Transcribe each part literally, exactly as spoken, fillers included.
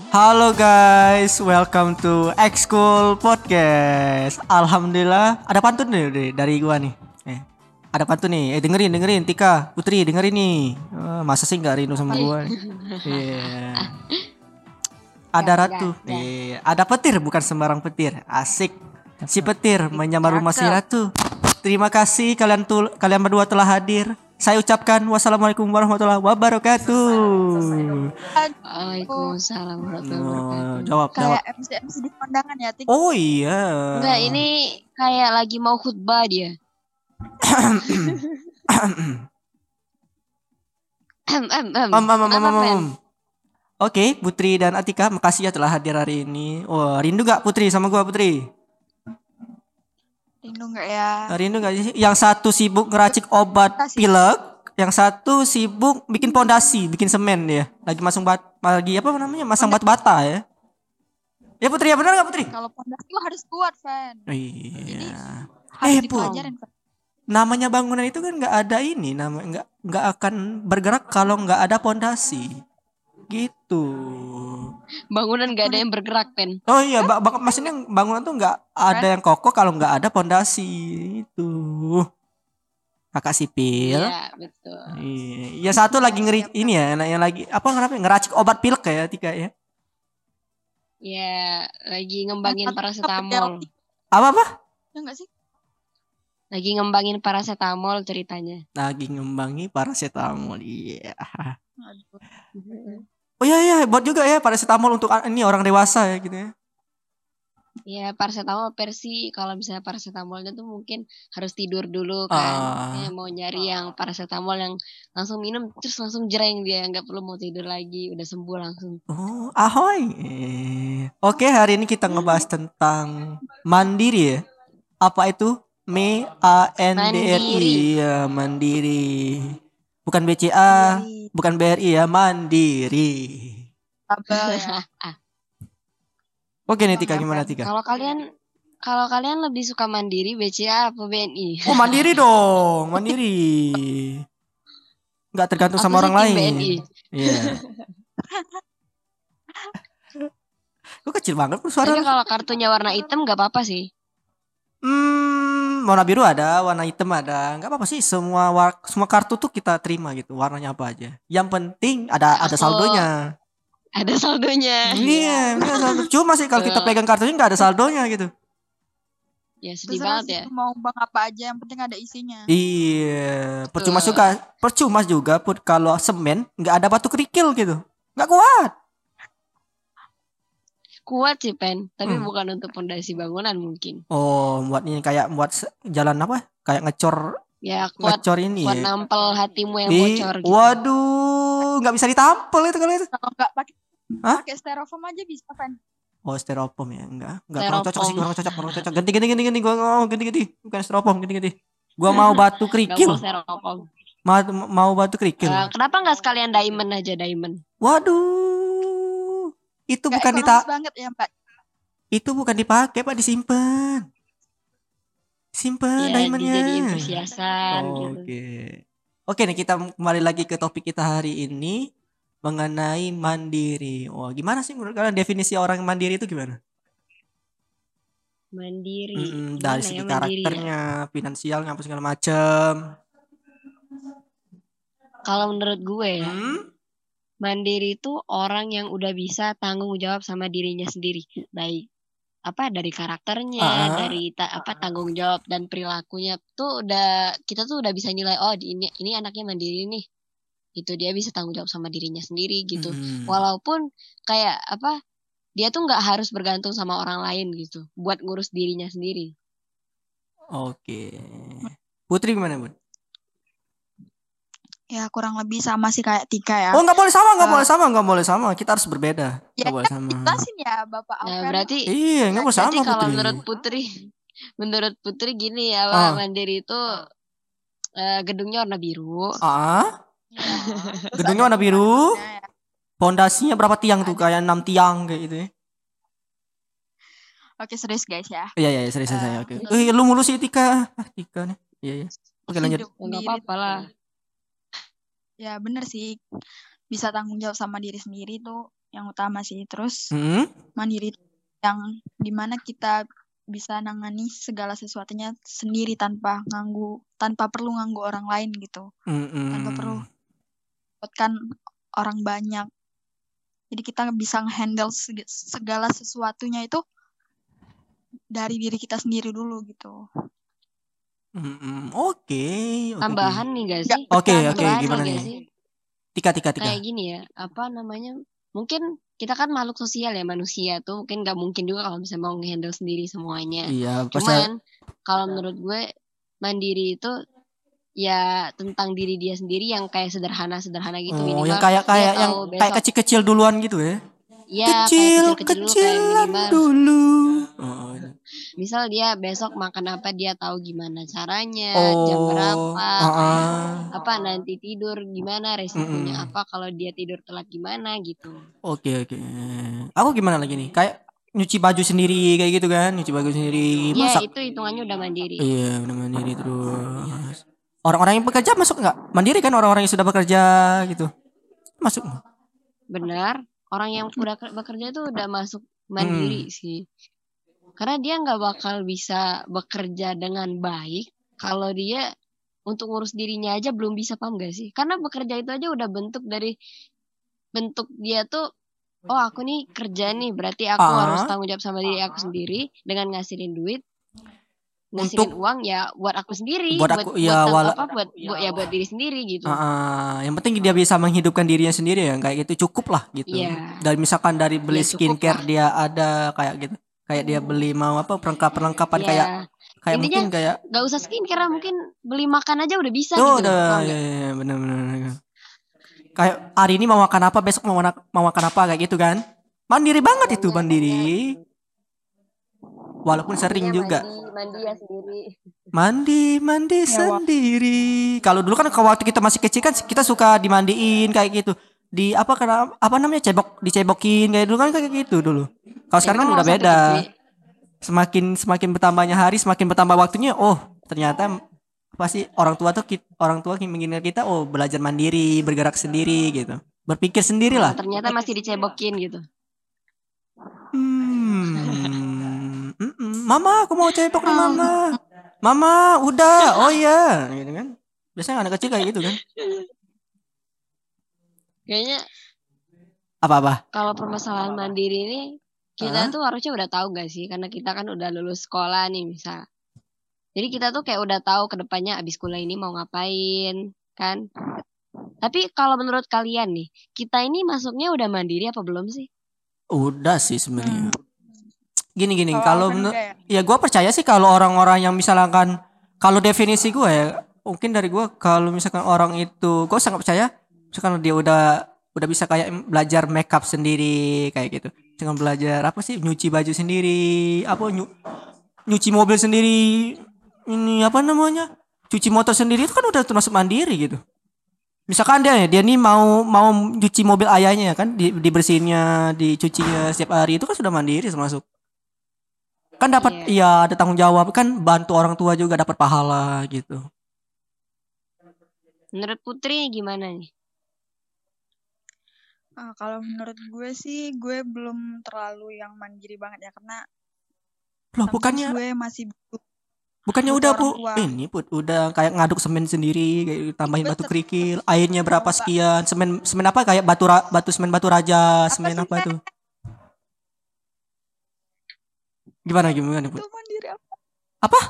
Halo guys, welcome to X-School Podcast. Alhamdulillah, ada pantun nih dari gua nih. Eh, ada pantun nih. Eh dengerin, dengerin Tika, Putri, dengerin nih. Eh, masa sih nggak rindu sama gua? Iya. Ada ratu, eh, ada petir bukan sembarang petir. Asik. Si petir menyamar rumah si ratu. Terima kasih kalian tuh kalian berdua telah hadir. Saya ucapkan wassalamualaikum warahmatullahi wabarakatuh. Waalaikumsalam warahmatullahi wabarakatuh. Oh, jawab, jawab. Kayak M C M C di kondangan ya, Tik. Oh iya. Enggak, ini kayak lagi mau khutbah dia. Em, em, em. Om, om, om, om, Kenapa, om, Pen? om. Oke, Putri dan Atika, makasih ya telah hadir hari ini. Wah, rindu gak Putri sama gua Putri? Rindu nggak ya? Rindu gak sih? Yang satu sibuk ngeracik obat pilek, yang satu sibuk bikin pondasi, bikin semen dia. Lagi masang bat, lagi apa namanya? Masang batu bata ya. Ya Putri, ya benar gak Putri? Kalau pondasi lu harus kuat, Fan. Oh, iya. Harus Eh, Put. dipelajarin, Fan. Namanya bangunan itu kan nggak ada ini, nama nggak nggak akan bergerak kalau nggak ada pondasi. Gitu. Bangunan gak ada yang bergerak, Pen. Oh iya, ba- ba- maksudnya bangunan tuh nggak ada yang kokoh kalau nggak ada pondasi itu. Kakak sipil. Iya, betul. Iya, ya satu lagi ngeri ini ya, yang lagi apa kenapa ngeracik obat pilek ya Tika ya? Ya, lagi ngembangin paracetamol. Apa apa? Ya nggak sih? Lagi ngembangin paracetamol ceritanya. Lagi ngembangi paracetamol. Iya. Aduh. Oh iya iya, buat juga ya paracetamol untuk ini orang dewasa ya gitu ya. Ya, paracetamol versi kalau misalnya paracetamolnya tuh mungkin harus tidur dulu kan. Ah. Ya, mau nyari yang paracetamol yang langsung minum terus langsung jereng dia, nggak perlu mau tidur lagi, udah sembuh langsung. Oh, ahoy. Eh. Oke, hari ini kita ngebahas tentang mandiri ya. Apa itu? M A N D R I. Mandiri. Ya, mandiri. Bukan B C A, Mandiri. bukan B R I ya, mandiri. Abel ya. Oke nih Tika, gimana Tika? Kalau kalian kalau kalian lebih suka mandiri, B C A apa B N I? Oh, mandiri dong, mandiri. Nggak tergantung Aku sama sih orang tim lain. B N I. Iya. Kok kecil banget tuh suara Tapi lu? kalau kartunya warna hitam nggak apa-apa sih. Hmm, warna biru ada, warna hitam ada. Nggak apa-apa sih, semua war- semua kartu tuh kita terima gitu, warnanya apa aja. Yang penting ada ada Aku- saldonya. Ada saldonya. Iya, bener, saldo. Cuma sih kalau kita Betul. pegang kartunya nggak ada saldonya gitu. Ya sedih Terserah banget sih ya. lu mau bang apa aja, yang penting ada isinya. Iya, percuma Betul. juga, percuma juga put kalau semen nggak ada batu kerikil gitu, nggak kuat. Kuat sih Pen, tapi Hmm. bukan untuk pondasi bangunan mungkin. Oh, buat ini kayak buat se- jalan apa? Kayak ngecor, Ya kuat ngecor ini. kuat Ya. nampel hatimu yang Ih, bocor gitu. waduh, nggak bisa ditampel itu kalau itu. Kalau nggak pakai Hah? pakai styrofoam aja bisa, Fan. Oh, styrofoam ya, enggak, enggak kurang cocok sih, Styrofoam. kurang cocok, kurang cocok. Ganti, ganti, ganti, ganti, gua mau ganti, ganti, bukan styrofoam, ganti, ganti. Gua mau batu Gak kerikil, mau styrofoam. mau, mau batu kerikil. Eh, kenapa nggak sekalian diamond aja diamond? Waduh, itu Nggak bukan ekonomis dita, banget ya, Mbak. itu bukan dipakai Pak, disimpan, simpan Ya diamondnya. dijadiin perhiasan gitu. Oke, oke nih kita kembali lagi ke topik kita hari ini mengenai mandiri. Wah, gimana sih menurut kalian definisi orang mandiri itu gimana? Mandiri. Mm-mm, Gimana dari ya segi mandiri ya? karakternya, finansialnya, apa segala macam. Kalau menurut gue ya, Hmm? mandiri itu orang yang udah bisa tanggung jawab sama dirinya sendiri. Baik apa dari karakternya, Ah. dari ta- apa tanggung jawab dan perilakunya tuh udah kita tuh udah bisa nilai oh di- ini ini anaknya mandiri nih. Itu dia bisa tanggung jawab sama dirinya sendiri gitu. Mm-mm. Walaupun kayak apa dia tuh nggak harus bergantung sama orang lain gitu buat ngurus dirinya sendiri. Oke. Putri gimana, Bun? Ya kurang lebih sama sih kayak Tika ya. Oh, nggak boleh sama, nggak Eh. boleh sama, nggak boleh sama. Kita harus berbeda. Ya Nggak boleh kan sama. jelasin ya Bapak Nah, Alven. berarti Iya, nggak boleh berarti sama kalau Putri. menurut Putri menurut Putri gini ya, Ah. Pak, mandiri itu eh, gedungnya warna biru. Ah, Ya, terus gedungnya ada warna biru. rumahnya ya. Pondasinya berapa tiang tuh? Kayak enam tiang kayak gitu ya. Oke, serius guys ya. Iya, iya, serius saya. Eh, Oke. Eh, lu mulu sih Tika. Ah, Tika nih. Iya, iya. Oke, lanjut. Hidup Ya, nggak diri apa-apa lah. Ya bener sih, bisa tanggung jawab sama diri sendiri tuh yang utama sih. Terus Hmm? mandiri yang dimana kita bisa nangani segala sesuatunya sendiri tanpa nganggu, tanpa perlu nganggu orang lain gitu, tanpa perlu Mm-mm. buatkan orang banyak. Jadi kita bisa nge-handle seg- segala sesuatunya itu dari diri kita sendiri dulu gitu. Mm-mm. Oke, oke, oke. Tambahan nih gak Nggak sih? Oke, bercanda. oke, Tambahan gimana nih gak nih? sih? Tika, tika, tika. Kayak gini ya, apa namanya? Mungkin kita kan makhluk sosial ya, manusia tuh mungkin gak mungkin juga kalau misalnya mau nge-handle sendiri semuanya. Iya, pasti. Cuman kalau menurut gue mandiri itu ya tentang diri dia sendiri yang kayak sederhana-sederhana gitu. Oh, yang Minimal kayak dia kayak yang tahu kayak besok kecil-kecilan duluan gitu ya? ya kayak Kecil, kecil-kecil dulu kayak kecilan minimal dulu. Oh, iya. misal dia besok makan apa dia tahu gimana caranya, jam Oh, berapa, ah, kayak ah. apa nanti tidur gimana, resikonya Mm-mm. apa kalau dia tidur telat gimana gitu. Oke, oke. Aku gimana lagi nih? Kayak nyuci baju sendiri kayak gitu kan? Nyuci baju sendiri, Ya masak. itu hitungannya udah mandiri. Iya, udah mandiri terus. Orang-orang yang bekerja masuk nggak? Mandiri kan orang-orang yang sudah bekerja gitu. Masuk nggak? Benar, orang yang udah ke- bekerja itu udah masuk mandiri Mm. sih. Karena dia nggak bakal bisa bekerja dengan baik kalau dia untuk ngurus dirinya aja belum bisa, paham gak sih? Karena bekerja itu aja udah bentuk dari bentuk dia tuh, oh aku nih kerja nih, berarti aku harus Ah, tanggung jawab sama diri aku sendiri dengan ngasihin duit, untuk ngasihin uang ya buat aku sendiri, buat buat aku buat ya tang- wala, apa buat buat ya buat diri sendiri gitu. ah, ah, yang penting dia bisa menghidupkan dirinya sendiri ya kayak gitu cukup lah gitu. Iya, Dan misalkan dari beli ya cukup skincare lah. dia ada kayak gitu. Kayak dia beli mau apa perlengkap-perlengkapan kayak Ya kayak intinya mungkin kayak gak usah skincare lah, mungkin beli makan aja udah bisa oh gitu loh, udah paham ya, gak? ya, ya, benar-benar. Kayak hari ini mau makan apa, besok mau makan mau makan apa kayak gitu kan. Mandiri banget itu, Makanya mandiri. Walaupun sering intinya juga. mandi mandi ya sendiri. Mandi, mandi Ya, Wak. sendiri. Kalau dulu kan kalau waktu kita masih kecil kan kita suka dimandiin kayak gitu. Di apa kena apa namanya cebok, dicebokin kayak dulu kan kayak gitu dulu. Kalau sekarang kan Emang udah masa beda. gede? Semakin semakin bertambahnya hari, semakin bertambah waktunya. Oh, ternyata pasti orang tua tuh kit- orang tua mengingat kita oh belajar mandiri, bergerak sendiri gitu. Berpikir sendiri Oh, lah. ternyata masih dicebokin gitu. Hmm, mm-mm. Mama, aku mau cebok nih mama. Mama, udah. Oh iya, gitu kan. Biasanya anak kecil kayak gitu kan. Kayaknya Apa-apa? kalau permasalahan mandiri ini kita Hah? tuh harusnya udah tahu gak sih? Karena kita kan udah lulus sekolah nih misal. Jadi kita tuh kayak udah tahu ke depannya abis kuliah ini mau ngapain, kan? Tapi kalau menurut kalian nih, kita ini masuknya udah mandiri apa belum sih? Udah sih sebenarnya. Hmm. Gini-gini, Kalau kalau Alvan menur- udah ya ya. gue percaya sih kalau orang-orang yang misalkan kalau definisi gue ya mungkin dari gue kalau misalkan orang itu gue sangat percaya misalkan dia udah udah bisa kayak belajar makeup sendiri kayak gitu. Dengan belajar apa sih nyuci baju sendiri, apa nyu- nyuci mobil sendiri, ini apa namanya? Cuci motor sendiri itu kan udah termasuk mandiri gitu. Misalkan dia dia nih mau mau cuci mobil ayahnya kan di, dibersihinnya, dicucinya setiap hari itu kan sudah mandiri termasuk. Kan dapat Iya. iya ada tanggung jawab kan bantu orang tua juga dapat pahala gitu. Menurut Putri gimana nih? Ah, kalau menurut gue sih gue belum terlalu yang mandiri banget ya karena Loh sometimes bukannya gue masih butuh bukannya butuh udah orang Bu tua. ini Put udah kayak ngaduk semen sendiri kayak tambahin Gue batu tetap kerikil, airnya berapa coba sekian, semen semen apa kayak batu ra- batu semen batu raja, apa semen sih apa Fen? itu? Gimana gimana Itu Put? mandiri apa? Apa?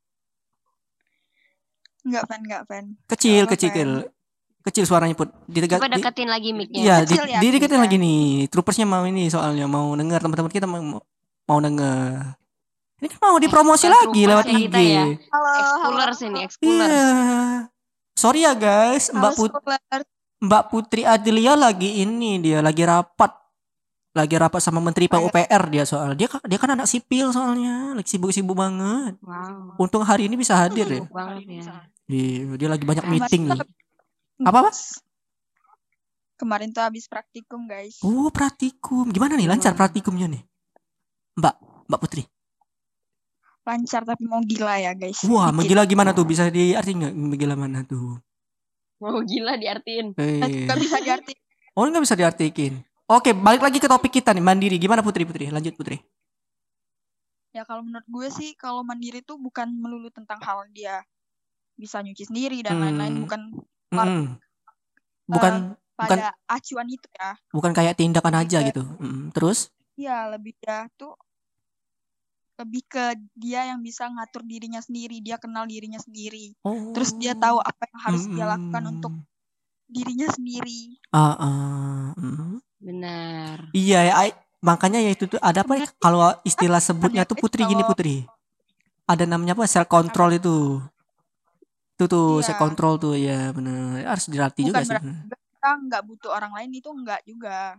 Enggak Fen, enggak Fen. Enggak Kecil apa kecil Fen. kecil. Kecil suaranya Put. Di, Coba di, deketin lagi mic-nya. iya, di, Kecil ya di deketin bisa. lagi nih. Troopersnya mau ini soalnya mau denger teman-teman kita mau mau denger. Ini kan mau Eh, dipromosi bukan lagi troopers lewat ya I G. kita ya. Halo, halo, Explorers ini, halo. explorers. Iya. Sorry ya guys, Halo Mbak Put scholar. Mbak Putri Adelia lagi ini dia lagi rapat. Lagi rapat sama Menteri P U P R dia soal. Dia kan- dia kan anak sipil soalnya, lagi sibuk-sibuk banget. Wow, Untung hari ini bisa hadir ya. sibuk banget ya. Iya, dia lagi banyak Kemarin meeting tuh nih. Apa, Pak? Kemarin tuh habis praktikum, guys. Oh, praktikum. Gimana nih lancar Wah. praktikumnya nih? Mbak, Mbak Putri. Lancar tapi mau gila ya, guys. Wah, Dikit. menggila gimana tuh? Bisa diartiin nggak? Menggila mana tuh? Mau gila diartiin. Nanti Eh. nggak bisa diartikan. Oh, nggak bisa diartikin. Oke, balik lagi ke topik kita nih, mandiri. Gimana Putri? Putri, lanjut Putri. Ya kalau menurut gue sih kalau mandiri tuh bukan melulu tentang hal dia bisa nyuci sendiri dan Hmm. lain-lain, bukan Mm-mm. eh, Bukan bukan pada acuan itu ya. bukan kayak tindakan Lebih aja ke- gitu. Mm, Terus? Iya, lebih dia tuh lebih ke dia yang bisa ngatur dirinya sendiri, dia kenal dirinya sendiri. Oh. Terus dia tahu apa yang harus dia Mm-mm. lakukan untuk dirinya sendiri. Ah, ah, mm. Benar. Iya ya, I- makanya ya itu tuh ada apa ya, Sebenarnya kalau istilah sebutnya tuh guys, Putri gini kalau- Putri. Ada namanya apa? Self control itu. Itu tuh Iya. self control tuh ya benar. Harus dilatih juga Bukan sih. berarti juga kita nggak butuh orang lain, itu nggak juga.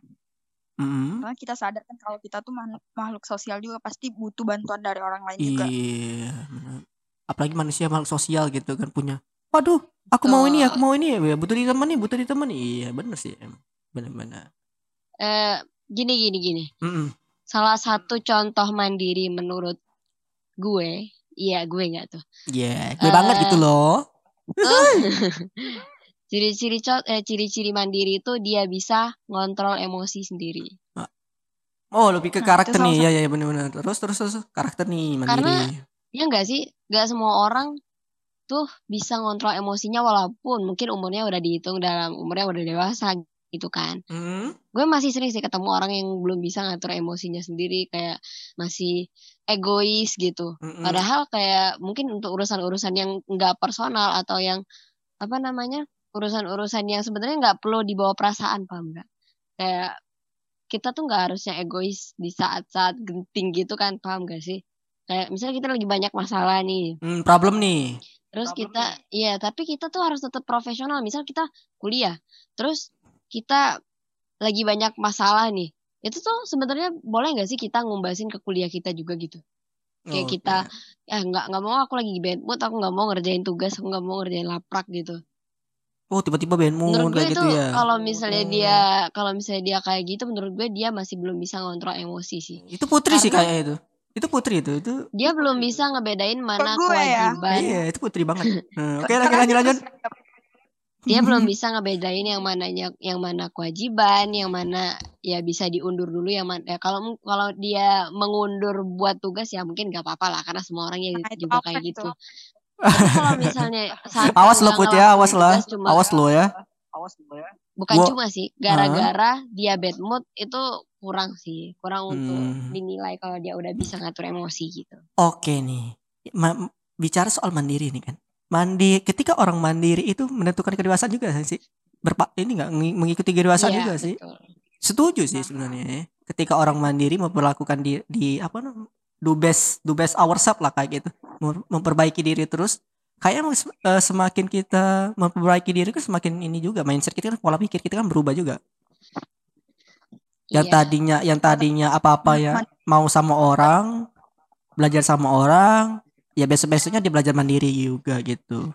Mm. Karena kita sadar kan kalau kita tuh makhluk, makhluk sosial juga, pasti butuh bantuan dari orang lain juga. Iya, benar. Apalagi manusia makhluk sosial gitu kan punya. Waduh, aku mau ini, aku mau ini ya, butuh ditemani, butuh ditemani. Iya, benar sih. Em. Benar-benar. Eh, gini gini gini. Mm-mm. Salah satu contoh mandiri menurut gue, iya gue nggak tuh. Iya, gue Eh, banget gitu loh. tuh ciri-ciri co- eh, ciri-ciri mandiri itu dia bisa ngontrol emosi sendiri. Oh, lebih ke Nah, karakter itu nih. salah Ya, ya benar-benar. Terus, terus, terus karakter nih mandiri. Karena ya nggak sih, nggak semua orang tuh bisa ngontrol emosinya walaupun mungkin umurnya udah dihitung dalam umurnya udah dewasa gitu kan. Mm. Gue masih sering sih ketemu orang yang belum bisa ngatur emosinya sendiri, kayak masih egois gitu. Mm-mm. Padahal kayak mungkin untuk urusan-urusan yang nggak personal atau yang apa namanya urusan-urusan yang sebenarnya nggak perlu dibawa perasaan, paham nggak? Kayak kita tuh nggak harusnya egois di saat-saat genting gitu kan, paham gak sih? Kayak misalnya kita lagi banyak masalah nih, Mm, problem nih. terus kita, iya tapi kita tuh harus tetap profesional. Misal kita kuliah, terus kita lagi banyak masalah nih, itu tuh sebenarnya boleh nggak sih kita ngumbasin ke kuliah kita juga gitu? Kayak Oke. kita, ya nggak nggak mau, aku lagi bad mood, aku nggak mau ngerjain tugas, aku nggak mau ngerjain laprak gitu. Oh, tiba-tiba band Menurut mood gue kayak itu gitu ya. kalau misalnya Oh. dia kalau misalnya dia kayak gitu, menurut gue dia masih belum bisa ngontrol emosi sih. Itu Putri sih Karena- kayaknya itu. Itu Putri itu. Itu Dia belum bisa ngebedain mana gue ya. kewajiban. iya, itu Putri banget. Nah, oke, lanjut lanjut lanjut. Dia belum bisa ngebedain yang mananya yang mana kewajiban, yang mana ya bisa diundur dulu, yang mana ya, kalau kalau dia mengundur buat tugas ya mungkin gak apa-apa lah karena semua orang ya Nah, itu juga apa kayak itu? gitu. Tapi kalau misalnya saat Awas lo nggak Put ya, awas ngelakuin lah. tugas cuma Awas lo ya. bukan Gua- cuma sih gara-gara dia bad mood, itu kurang sih, kurang untuk Hmm. dinilai kalau dia udah bisa ngatur emosi gitu. Oke nih. Ma- bicara soal mandiri nih kan. Mandi ketika orang mandiri itu menentukan kedewasaan juga sih. Berpa ini enggak mengikuti kedewasaan Iya, juga sih. betul. Setuju sih sebenarnya ya. Ketika orang mandiri memperlakukan di, di apa namanya? Do best do best ourselves lah kayak gitu. Mem- Memperbaiki diri terus. Kayaknya sem- eh, semakin kita memperbaiki diri kan semakin ini juga mindset kita kan, pola pikir kita kan berubah juga. Yang Iya. tadinya yang tadinya apa-apa ya mau sama orang, belajar sama orang, ya besok-besoknya dia belajar mandiri juga gitu.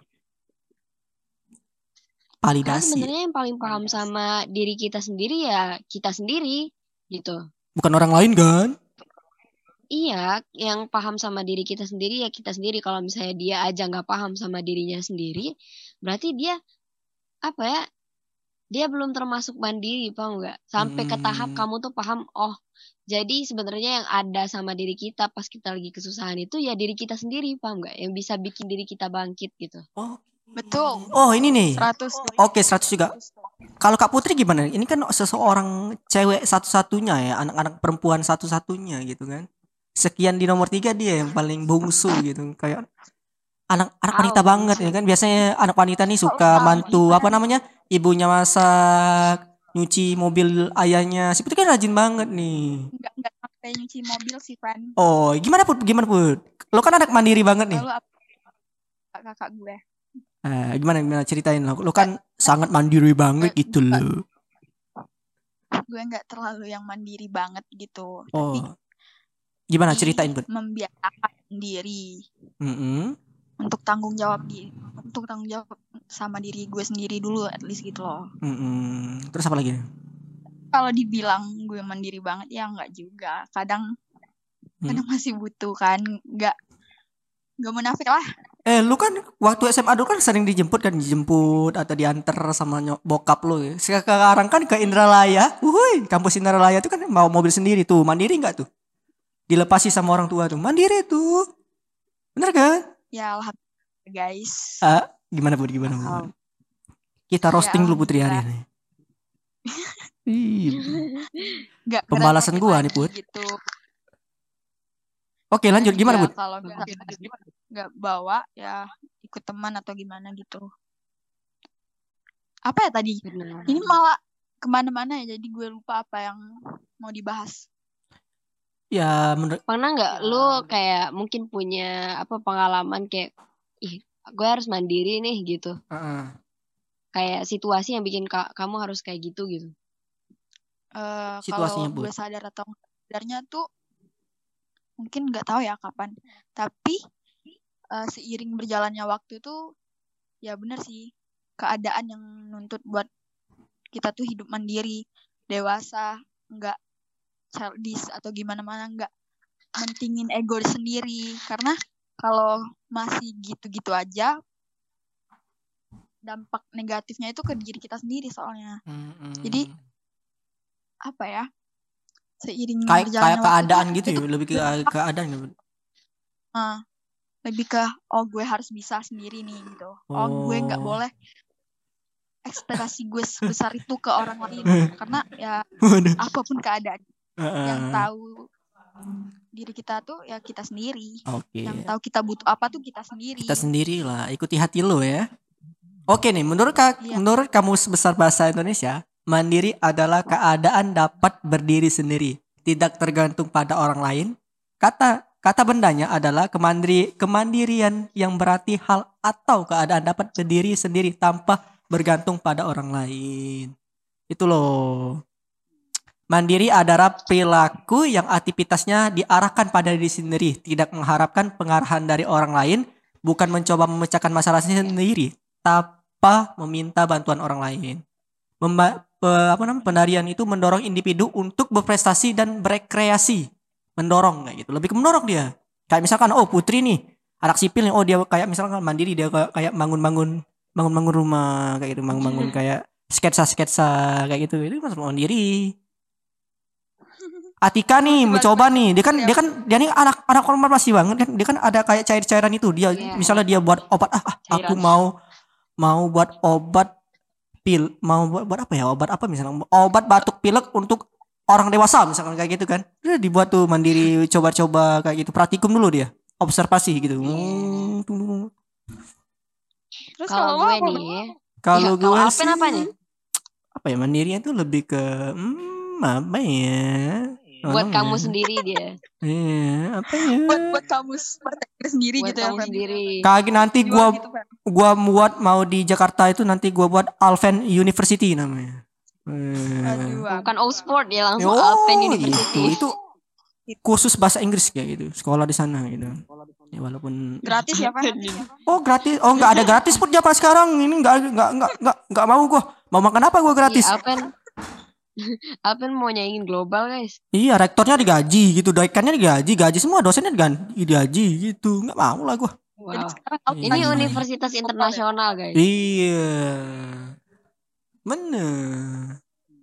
Karena Validasi. sebenarnya yang paling paham sama diri kita sendiri ya kita sendiri gitu. Bukan orang lain kan? Iya, yang paham sama diri kita sendiri ya kita sendiri. Kalau misalnya dia aja nggak paham sama dirinya sendiri, berarti dia apa ya? Dia belum termasuk mandiri, paham nggak? Sampai ke tahap Hmm. kamu tuh paham, oh jadi sebenarnya yang ada sama diri kita pas kita lagi kesusahan itu ya diri kita sendiri, paham nggak? Yang bisa bikin diri kita bangkit gitu. Oh. Betul. Oh, ini nih. seratus. Oke, seratus juga. Kalau Kak Putri gimana? Ini kan seseorang cewek satu-satunya ya, anak-anak perempuan satu-satunya gitu kan. Sekian di nomor tiga dia yang paling bungsu gitu. Kayak anak anak wanita Tahu. banget ya kan. Biasanya anak wanita nih suka mantu apa namanya? Ibunya masak, nyuci mobil ayahnya. Si Putri kan rajin banget nih. Nggak nggak sampai nyuci mobil sih, friend. Oh, gimana Put? Gimana Put? Lo kan anak mandiri banget nih. Lalu apa kakak gue? Eh, gimana gimana ceritain lo. Lo kan sangat mandiri banget gitu lo. Gue nggak terlalu yang mandiri banget gitu. Oh. Tapi Gimana di- ceritain Put? membiasakan diri Mm-mm. untuk tanggung jawab di untuk tanggung jawab sama diri gue sendiri dulu, at least gitu loh. Mm-mm. Terus apa lagi? Kalau dibilang gue mandiri banget ya nggak juga. Kadang Hmm. kadang masih butuh kan, nggak nggak munafik lah. Eh lu kan waktu S M A dulu kan sering dijemput kan, dijemput atau diantar sama nyok bokap lu. Sekarang kan ke Indralaya. Wuih, kampus Indralaya tuh kan mau mobil sendiri tuh. Mandiri enggak tuh? Dilepasi sama orang tua tuh. Mandiri tuh. Bener kan? Ya alhamdulillah guys. Ah, gimana Bud? Gimana Bud? Oh. Kita roasting Ya, dulu Putri hari alhamdulillah. ini. Ih, Nggak Pembalasan ngerepotin gua lagi nih, Put. gitu. Oke lanjut gimana Ya Bud? kalau misalnya nggak bawa ya ikut teman atau gimana gitu. Apa ya tadi? Benar. Ini malah kemana-mana ya, jadi gue lupa apa yang mau dibahas. Ya menurut Pernah nggak lu kayak mungkin punya apa pengalaman kayak ih gue harus mandiri nih gitu. uh-uh. Kayak situasi yang bikin ka- kamu harus kayak gitu gitu. Eh, Situasinya, kalau Bud. gue sadar atau nggak sadarnya tuh mungkin nggak tahu ya kapan. Tapi eh, seiring berjalannya waktu tuh ya bener sih keadaan yang nuntut buat kita tuh hidup mandiri, dewasa, nggak childish atau gimana-mana, nggak mentingin ego sendiri. Karena kalau masih gitu-gitu aja, dampak negatifnya itu ke diri kita sendiri soalnya. Mm-mm. Jadi apa ya? Seiring kayak berjalannya kayak waktu keadaan tuh, gitu ya, itu lebih ke keadaan gitu. uh, lebih ke oh gue harus bisa sendiri nih gitu. Oh, gue nggak Oh. boleh ekspektasi gue sebesar itu ke orang lain karena ya Waduh. apapun keadaan Uh-uh. yang tahu diri kita tuh ya kita sendiri. Oke. Yang tahu kita butuh apa tuh kita sendiri. Kita sendiri lah, ikuti hati lo ya. Oke nih, menurut ka- Iya. menurut Kamus Besar Bahasa Indonesia, mandiri adalah keadaan dapat berdiri sendiri, tidak tergantung pada orang lain. Kata kata bendanya adalah kemandiri kemandirian yang berarti hal atau keadaan dapat berdiri sendiri tanpa bergantung pada orang lain. Itu loh. Mandiri adalah perilaku yang aktivitasnya diarahkan pada diri sendiri, tidak mengharapkan pengarahan dari orang lain, bukan mencoba memecahkan masalah sendiri, tanpa meminta bantuan orang lain. Memba- pe- apa namanya pendarian itu mendorong individu untuk berprestasi dan berekreasi, mendorong kayak gitu, lebih ke mendorong dia. Kayak misalkan, oh Putri nih, anak sipil nih, oh dia kayak misalkan mandiri, dia kayak kayak bangun-bangun, bangun-bangun rumah kayak gitu, bangun-bangun kayak sketsa-sketsa kayak gitu, itu masuk mandiri. Atika nih Masih mencoba balik- nih, dia kan ya. dia kan dia nih anak anak konfirmasi banget kan, dia kan ada kayak cair-cairan itu, dia Iya. misalnya dia buat obat, ah, ah, aku Cairan. mau mau buat obat pil, mau buat, buat apa ya, obat apa misalnya, obat batuk pilek untuk orang dewasa misalkan kayak gitu kan, dia dibuat tuh mandiri, coba-coba kayak gitu, praktikum dulu dia, observasi gitu. Iya. Hmm, tuh. Terus Kalau kalau lo gue apa? nih, Kalau ya, kalau gue Alpen sih apa nih? apa ya, mandirinya tuh lebih ke hmm, apa ya? Buat Ngomong kamu ya. sendiri dia. Iya, apa ya? Buat buat kamu sendiri Buat gitu ya, kamu Fem? sendiri. Kaki nanti Jual gua gitu, Fem. gua buat mau di Jakarta itu, nanti gua buat Alven University namanya. Eh. Aduh, Bukan Oxford ya, langsung Oh, Alpen itu University. itu khusus bahasa Inggris kayak gitu, sekolah di sana gitu. Ya walaupun gratis ya, Fem? oh gratis, oh nggak ada gratis pun zaman sekarang ini, nggak nggak nggak nggak nggak mau gua. Mau makan apa gua gratis? Iya, Alpen. Alpen mau nyaingin global guys. Iya, rektornya digaji gitu, dekannya digaji, gaji semua dosennya digaji, digaji gitu. Nggak mau lah gua. Jadi Wow. sekarang Iya. Ini universitas internasional guys. Iya. Bener.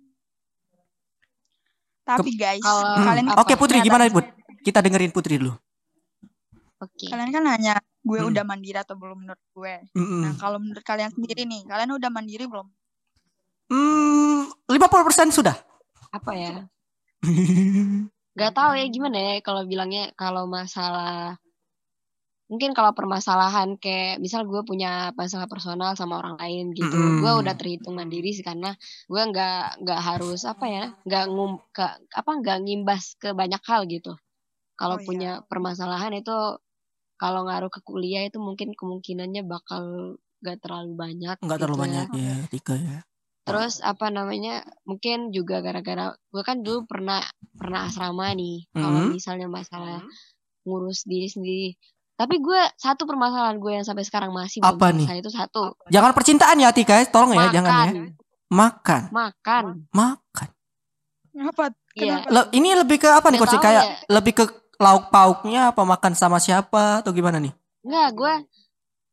Tapi guys, Kalau- kalian apa? Oke Putri, kelihatan- gimana Put? Kita dengerin Putri dulu. Oke. Kalian kan nanya gue Hmm. udah mandiri atau belum menurut gue. Mm-mm. Nah, kalau menurut kalian sendiri nih, kalian udah mandiri belum? Hmm, lima puluh persen sudah. Apa ya? Gak tahu ya gimana ya kalau bilangnya, kalau masalah mungkin kalau permasalahan kayak misal gue punya masalah personal sama orang lain gitu, Mm-mm. gue udah terhitung mandiri sih, karena gue nggak nggak harus apa ya, nggak ngum ke apa nggak ngimbas ke banyak hal gitu. Kalau Oh, iya. punya permasalahan itu, kalau ngaruh ke kuliah itu mungkin kemungkinannya bakal gak terlalu banyak. Nggak terlalu gitu banyak ya. ya, tiga ya. Terus apa namanya, mungkin juga gara-gara gue kan dulu pernah pernah asrama nih. Kalau Mhm. misalnya masalah ngurus diri sendiri, tapi gue satu permasalahan gue yang sampai sekarang masih belum Apa nih? selesai itu satu, Jangan percintaan ya Tika, tolong ya, jangan ya. makan, Makan, makan. makan. Kenapa? Iya. Kenapa? Le- ini lebih ke apa nih Nggak coach? tahu Kayak ya. lebih ke lauk pauknya, apa makan sama siapa atau gimana nih? Enggak, gue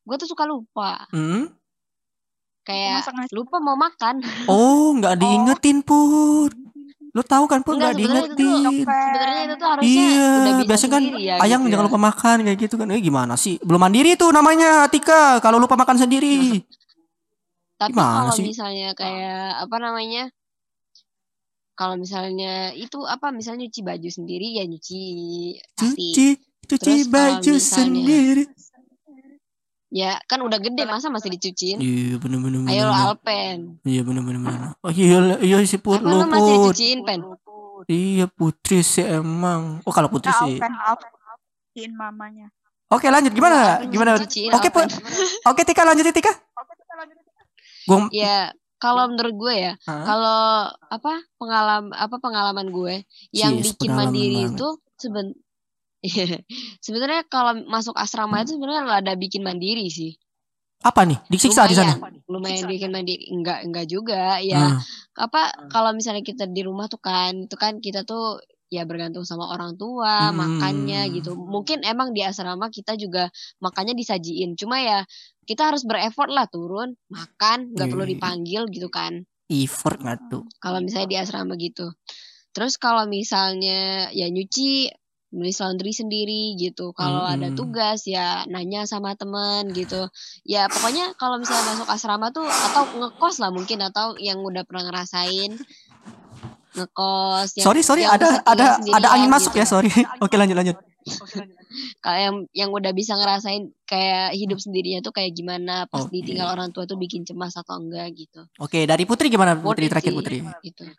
gue tuh suka lupa. Hmm? Kayak Masak nasi. lupa mau makan. Oh, nggak diingetin Put. Lu tahu kan Put, Enggak, nggak sebenarnya itu tuh diingetin. sebenarnya itu tuh harusnya Iya, udah bisa biasanya kan sendiri ya ayang gitu jangan ya. lupa makan kayak gitu kan. Eh gimana sih? Belum mandiri tuh namanya Tika kalau lupa makan sendiri. Tapi Gimana kalau sih? misalnya kayak apa namanya? Kalau misalnya itu apa misalnya nyuci baju sendiri ya nyuci pasti. Cuci, cuci Terus kalau baju misalnya sendiri. ya kan udah gede masa masih dicuciin? Iya bener bener bener. Ayo lo bener. Alpen. Iya bener bener bener. Oh iya iya si Put Alpen lu lo masih Put. dicuciin pen. Iya Putri sih emang. Oh kalau Putri Nah, sih. Alpen, Alpen. Cuciin mamanya. Oke lanjut Iya, gimana? Alpen Gimana? dicuciin Oke Put. Alpen. Oke Tika lanjut Tika. Gua Ya kalau menurut gue ya, Hah? kalau apa pengalaman apa pengalaman gue yang Cies, bikin pengalaman mandiri banget. itu seben sebenarnya kalau masuk asrama itu sebenarnya ada bikin mandiri sih. Apa nih? Disiksa di sana? Lumayan, lumayan bikin mandiri. Enggak, enggak juga. Hmm. Ya, apa kalau misalnya kita di rumah tuh kan, itu kan kita tuh ya bergantung sama orang tua, Hmm. makannya gitu. Mungkin emang di asrama kita juga makannya disajiin. Cuma ya kita harus bereffort lah turun, makan, nggak perlu Iya. dipanggil gitu kan. Effort nggak tuh? Kalau misalnya di asrama gitu. Terus kalau misalnya ya nyuci, nulis laundry sendiri gitu. Kalau ada Mm-mm. tugas ya nanya sama temen gitu. Ya pokoknya kalau misalnya masuk asrama tuh atau ngekos lah mungkin atau yang udah pernah ngerasain ngekos. Yang, Sorry sorry yang ada bisa tinggal ada sendirian ada angin masuk gitu. ya sorry. Oke lanjut lanjut. Kayak yang yang udah bisa ngerasain kayak hidup sendirinya tuh kayak gimana pas Oke. ditinggal orang tua tuh bikin cemas atau enggak gitu. Oke dari Putri gimana Worth Putri it terakhir sih, Putri? gitu.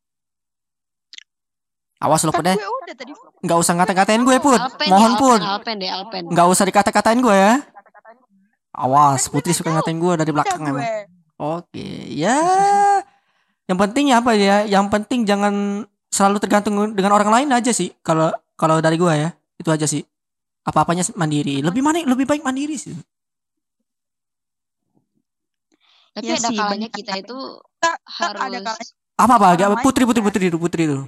Awas lo Kan Put deh. gue udah tadi. Nggak usah ngata-ngatain gue Put. Alpen Mohon deh, Put. Alpen, Alpen deh, Alpen. Nggak usah dikata-katain gue ya. Awas Kan gue Putri udah suka jawab. ngatain gue dari Udah belakang emang. gue. Oke ya. Yang penting ya apa ya? Yang penting jangan selalu tergantung dengan orang lain aja sih. Kalau kalau dari gue ya itu aja sih. Apa-apanya mandiri. Lebih mana? Lebih baik mandiri sih. Tapi Iya ada sih, kalanya banyak kita yang- itu Tak, tak harus ada kalanya, Apa apa? Orang lain Putri Putri juga. Putri dulu Putri dulu.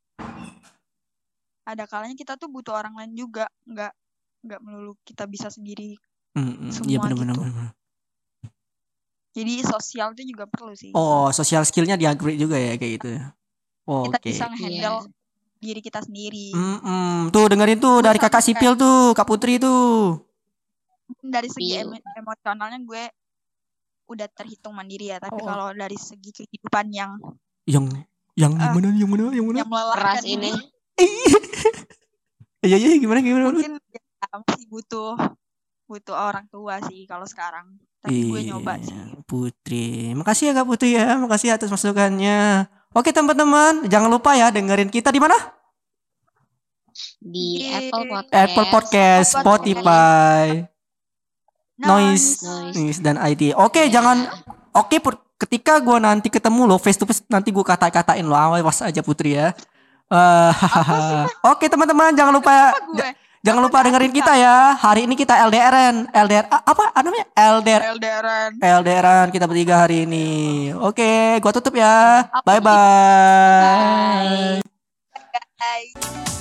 ada kalanya kita tuh butuh orang lain juga, nggak nggak melulu kita bisa sendiri. Hmm, Semua iya benar-benar. gitu. benar. Jadi sosial itu juga perlu sih. Oh, sosial skillnya di-upgrade juga ya kayak gitu. Kita Oke. bisa Iya. nge-handle diri kita sendiri. Mm-mm. Tuh dengerin tuh Gue dari kakak sampai sipil tuh, Kak Putri tuh. Dari segi Sipil. emo- emosionalnya gue udah terhitung mandiri ya, tapi Oh. kalau dari segi kehidupan yang Yang yang Ah. gimana? Yang mana? Yang mana? yang melelahkan keras ini. Iya iya gimana gimana? mungkin ya, masih butuh butuh orang tua sih kalau sekarang. Tapi gue nyoba Iya, sih. Putri. Makasih ya Kak Putri ya. Makasih atas masukannya. Oke teman-teman, jangan lupa ya dengerin kita di mana? Di Di Apple Podcast, Apple Podcast, Spotify, Noise, Noise. Noise dan I D. Oke, Ya. jangan. Oke, Put. Ketika gue nanti ketemu lo face to face, nanti gue kata-katain lo. Awas aja Putri ya. Eh, Oke teman-teman, jangan lupa Apa gue? j- jangan lupa dengerin kita ya. Hari ini kita L D R-an, L D R a- apa namanya? L D R L D R-an. L D R-an kita bertiga hari ini. Oke, gua tutup ya. Apa Bye itu? bye. Bye.